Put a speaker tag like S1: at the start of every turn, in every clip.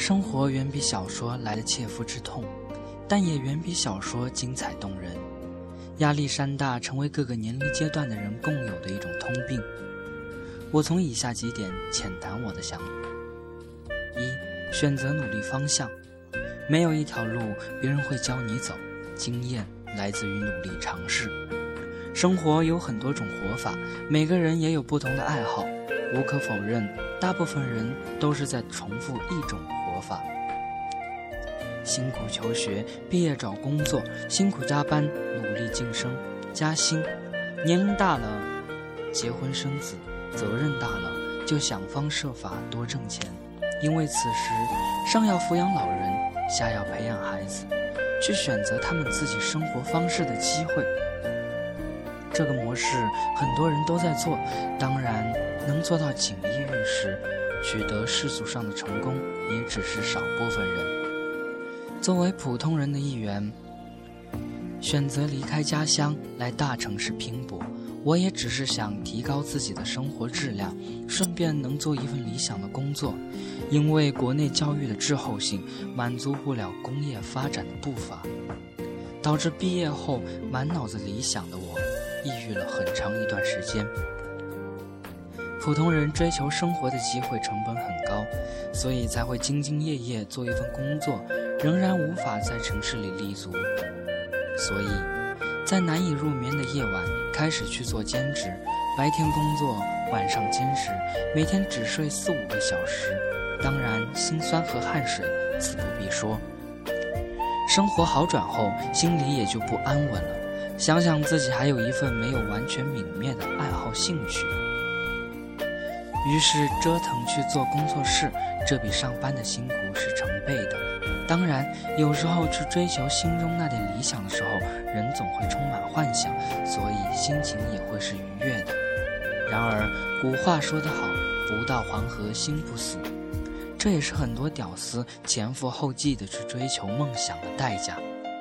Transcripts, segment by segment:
S1: 生活远比小说来的切肤之痛，但也远比小说精彩动人。压力山大成为各个年龄阶段的人共有的一种通病。我从以下几点浅谈我的想法。一、选择努力方向。没有一条路别人会教你走，经验来自于努力尝试。生活有很多种活法，每个人也有不同的爱好，无可否认，大部分人都是在重复一种活法。辛苦求学，毕业找工作，辛苦加班，努力晋升加薪。年龄大了，结婚生子，责任大了，就想方设法多挣钱。因为此时上要抚养老人，下要培养孩子，去选择他们自己生活方式的机会。这个模式很多人都在做，当然能做到锦衣玉食，取得世俗上的成功，也只是少部分人。作为普通人的一员，选择离开家乡来大城市拼搏，我也只是想提高自己的生活质量，顺便能做一份理想的工作。因为国内教育的滞后性满足不了工业发展的步伐，导致毕业后满脑子理想的我抑郁了很长一段时间。普通人追求生活的机会成本很高，所以才会兢兢业业做一份工作，仍然无法在城市里立足。所以在难以入眠的夜晚开始去做兼职，白天工作，晚上兼职，每天只睡4-5个小时。当然辛酸和汗水自不必说。生活好转后，心里也就不安稳了，想想自己还有一份没有完全泯灭的爱好兴趣，于是折腾去做工作室，这比上班的辛苦是成倍的。当然有时候去追求心中那点理想的时候，人总会充满幻想，所以心情也会是愉悦的。然而古话说得好，不到黄河心不死，这也是很多屌丝前赴后继地去追求梦想的代价。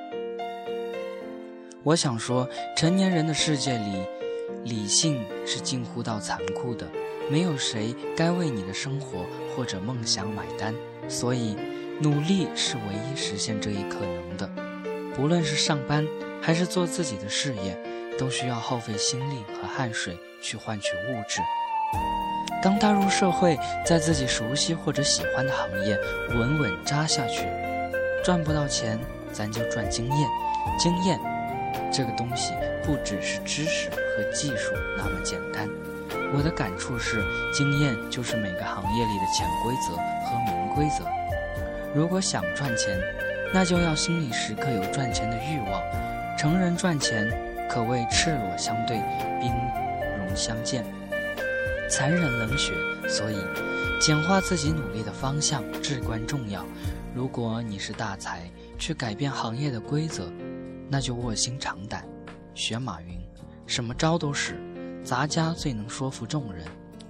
S1: 我想说，成年人的世界里，理性是近乎到残酷的，没有谁该为你的生活或者梦想买单，所以努力是唯一实现这一可能的。不论是上班还是做自己的事业，都需要耗费心力和汗水去换取物质。刚踏入社会，在自己熟悉或者喜欢的行业稳稳扎下去，赚不到钱咱就赚经验。经验这个东西不只是知识和技术那么简单，我的感触是，经验就是每个行业里的潜规则和明规则。如果想赚钱，那就要心里时刻有赚钱的欲望。成人赚钱可谓赤裸相对，兵戎相见，残忍冷血，所以简化自己努力的方向至关重要。如果你是大才，去改变行业的规则，那就卧薪尝胆，学马云，什么招都使，杂家最能说服众人。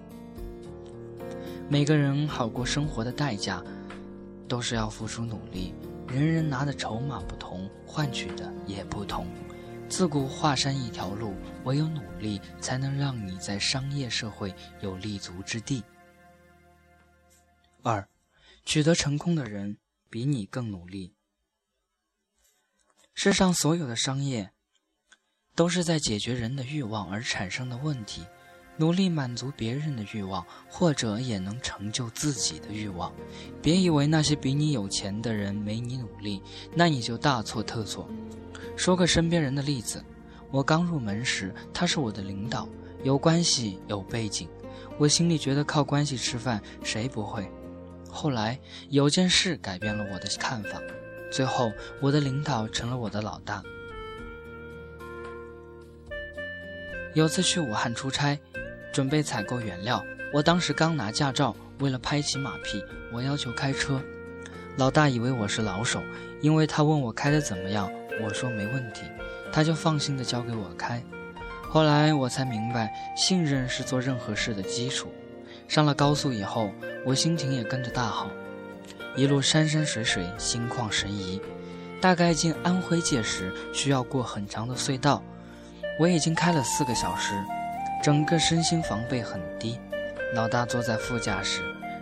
S1: 每个人好过生活的代价都是要付出努力，人人拿的筹码不同，换取的也不同。自古华山一条路，唯有努力才能让你在商业社会有立足之地。2. 取得成功的人比你更努力。世上所有的商业都是在解决人的欲望而产生的问题，努力满足别人的欲望，或者也能成就自己的欲望。别以为那些比你有钱的人没你努力，那你就大错特错。说个身边人的例子，我刚入门时，他是我的领导，有关系有背景，我心里觉得靠关系吃饭谁不会。后来有件事改变了我的看法，最后我的领导成了我的老大。有次去武汉出差，准备采购原料，我当时刚拿驾照，为了拍起马屁，我要求开车。老大以为我是老手，因为他问我开得怎么样，我说没问题，他就放心地交给我开。后来我才明白，信任是做任何事的基础。上了高速以后，我心情也跟着大好，一路山山水水，心旷神怡。大概进安徽界时，需要过很长的隧道，我已经开了4个小时，整个身心防备很低。老大坐在副驾驶，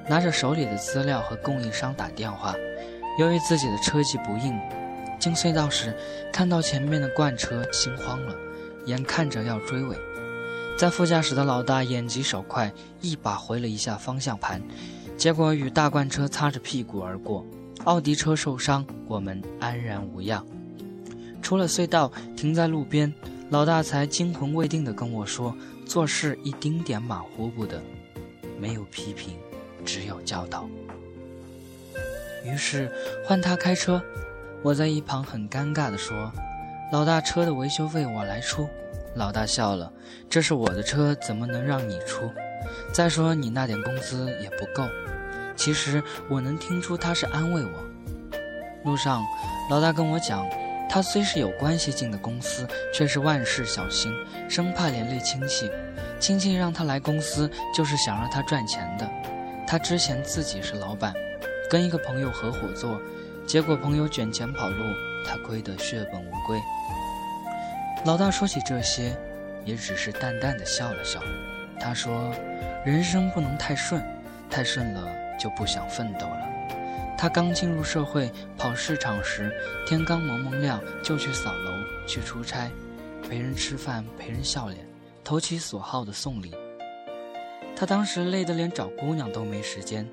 S1: 拿着手里的资料和供应商打电话。由于自己的车技不应，进隧道时看到前面的罐车，心慌了，眼看着要追尾。在副驾驶的老大眼疾手快，一把挥了一下方向盘，结果与大罐车擦着屁股而过。奥迪车受伤，我们安然无恙。出了隧道，停在路边，老大才惊魂未定地跟我说，做事一丁点马虎不得，没有批评，只有教导。于是换他开车，我在一旁很尴尬地说，老大车的维修费我来出。老大笑了，这是我的车，怎么能让你出？再说你那点工资也不够。其实我能听出他是安慰我。路上老大跟我讲，他虽是有关系进的公司，却是万事小心，生怕连累亲戚。亲戚让他来公司就是想让他赚钱的。他之前自己是老板，跟一个朋友合伙做，结果朋友卷钱跑路，他亏得血本无归。老大说起这些，也只是淡淡的笑了笑。他说，人生不能太顺，太顺了就不想奋斗了。他刚进入社会，跑市场时，天刚蒙蒙亮就去扫楼，去出差，陪人吃饭，陪人笑脸，投其所好的送礼。他当时累得连找姑娘都没时间。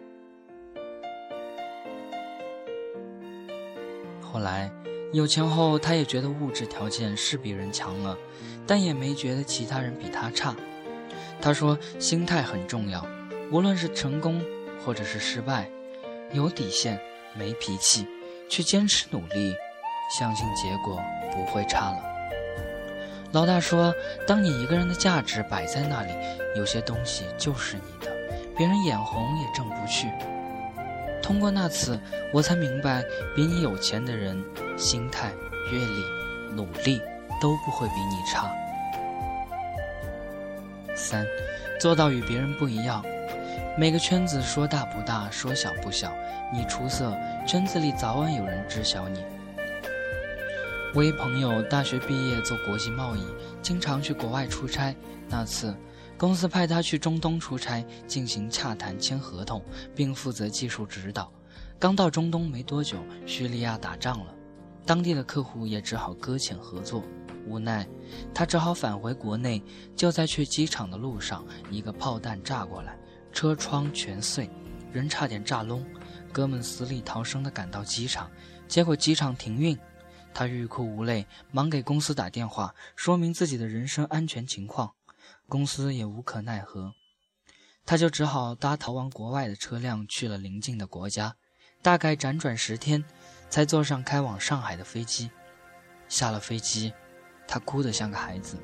S1: 后来有钱后，他也觉得物质条件是比人强了，但也没觉得其他人比他差。他说，心态很重要，无论是成功或者是失败，有底线，没脾气，去坚持努力，相信结果不会差了。老大说，当你一个人的价值摆在那里，有些东西就是你的，别人眼红也挣不去。通过那次，我才明白，比你有钱的人，心态、阅历、努力都不会比你差。3. 做到与别人不一样。每个圈子说大不大，说小不小，你出色，圈子里早晚有人知晓你。我一朋友大学毕业做国际贸易，经常去国外出差。那次公司派他去中东出差，进行洽谈签合同，并负责技术指导。刚到中东没多久，叙利亚打仗了，当地的客户也只好搁浅合作。无奈他只好返回国内，就在去机场的路上，一个炮弹炸过来，车窗全碎，人差点炸窿。哥们死里逃生地赶到机场，结果机场停运。他欲哭无泪，忙给公司打电话，说明自己的人身安全情况。公司也无可奈何，他就只好搭逃往国外的车辆去了邻近的国家，大概辗转10天，才坐上开往上海的飞机。下了飞机，他哭得像个孩子。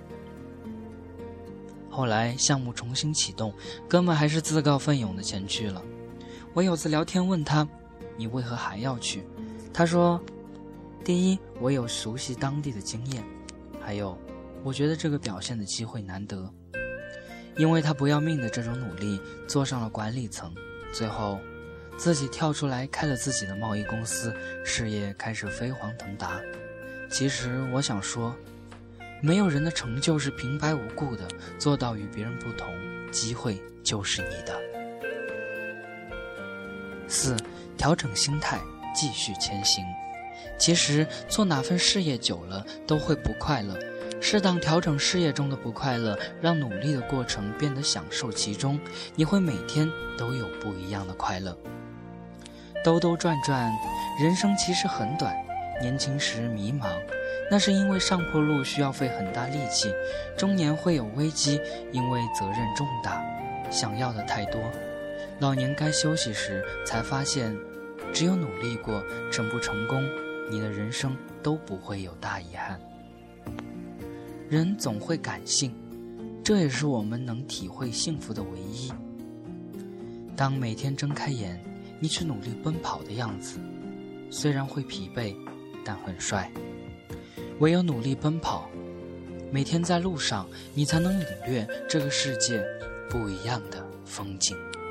S1: 后来项目重新启动，哥们还是自告奋勇的前去了。我有次聊天问他，你为何还要去？他说，第一，我有熟悉当地的经验，还有我觉得这个表现的机会难得。因为他不要命的这种努力，坐上了管理层，最后自己跳出来开了自己的贸易公司，事业开始飞黄腾达。其实我想说，没有人的成就是平白无故的，做到与别人不同，机会就是你的。4. 调整心态，继续前行。其实做哪份事业久了都会不快乐，适当调整事业中的不快乐，让努力的过程变得享受其中，你会每天都有不一样的快乐。兜兜转转，人生其实很短。年轻时迷茫，那是因为上坡路需要费很大力气；中年会有危机，因为责任重大，想要的太多；老年该休息时，才发现只有努力过，成不成功，你的人生都不会有大遗憾。人总会感性，这也是我们能体会幸福的唯一。当每天睁开眼，你去努力奔跑的样子，虽然会疲惫，但很帅。唯有努力奔跑，每天在路上，你才能领略这个世界不一样的风景。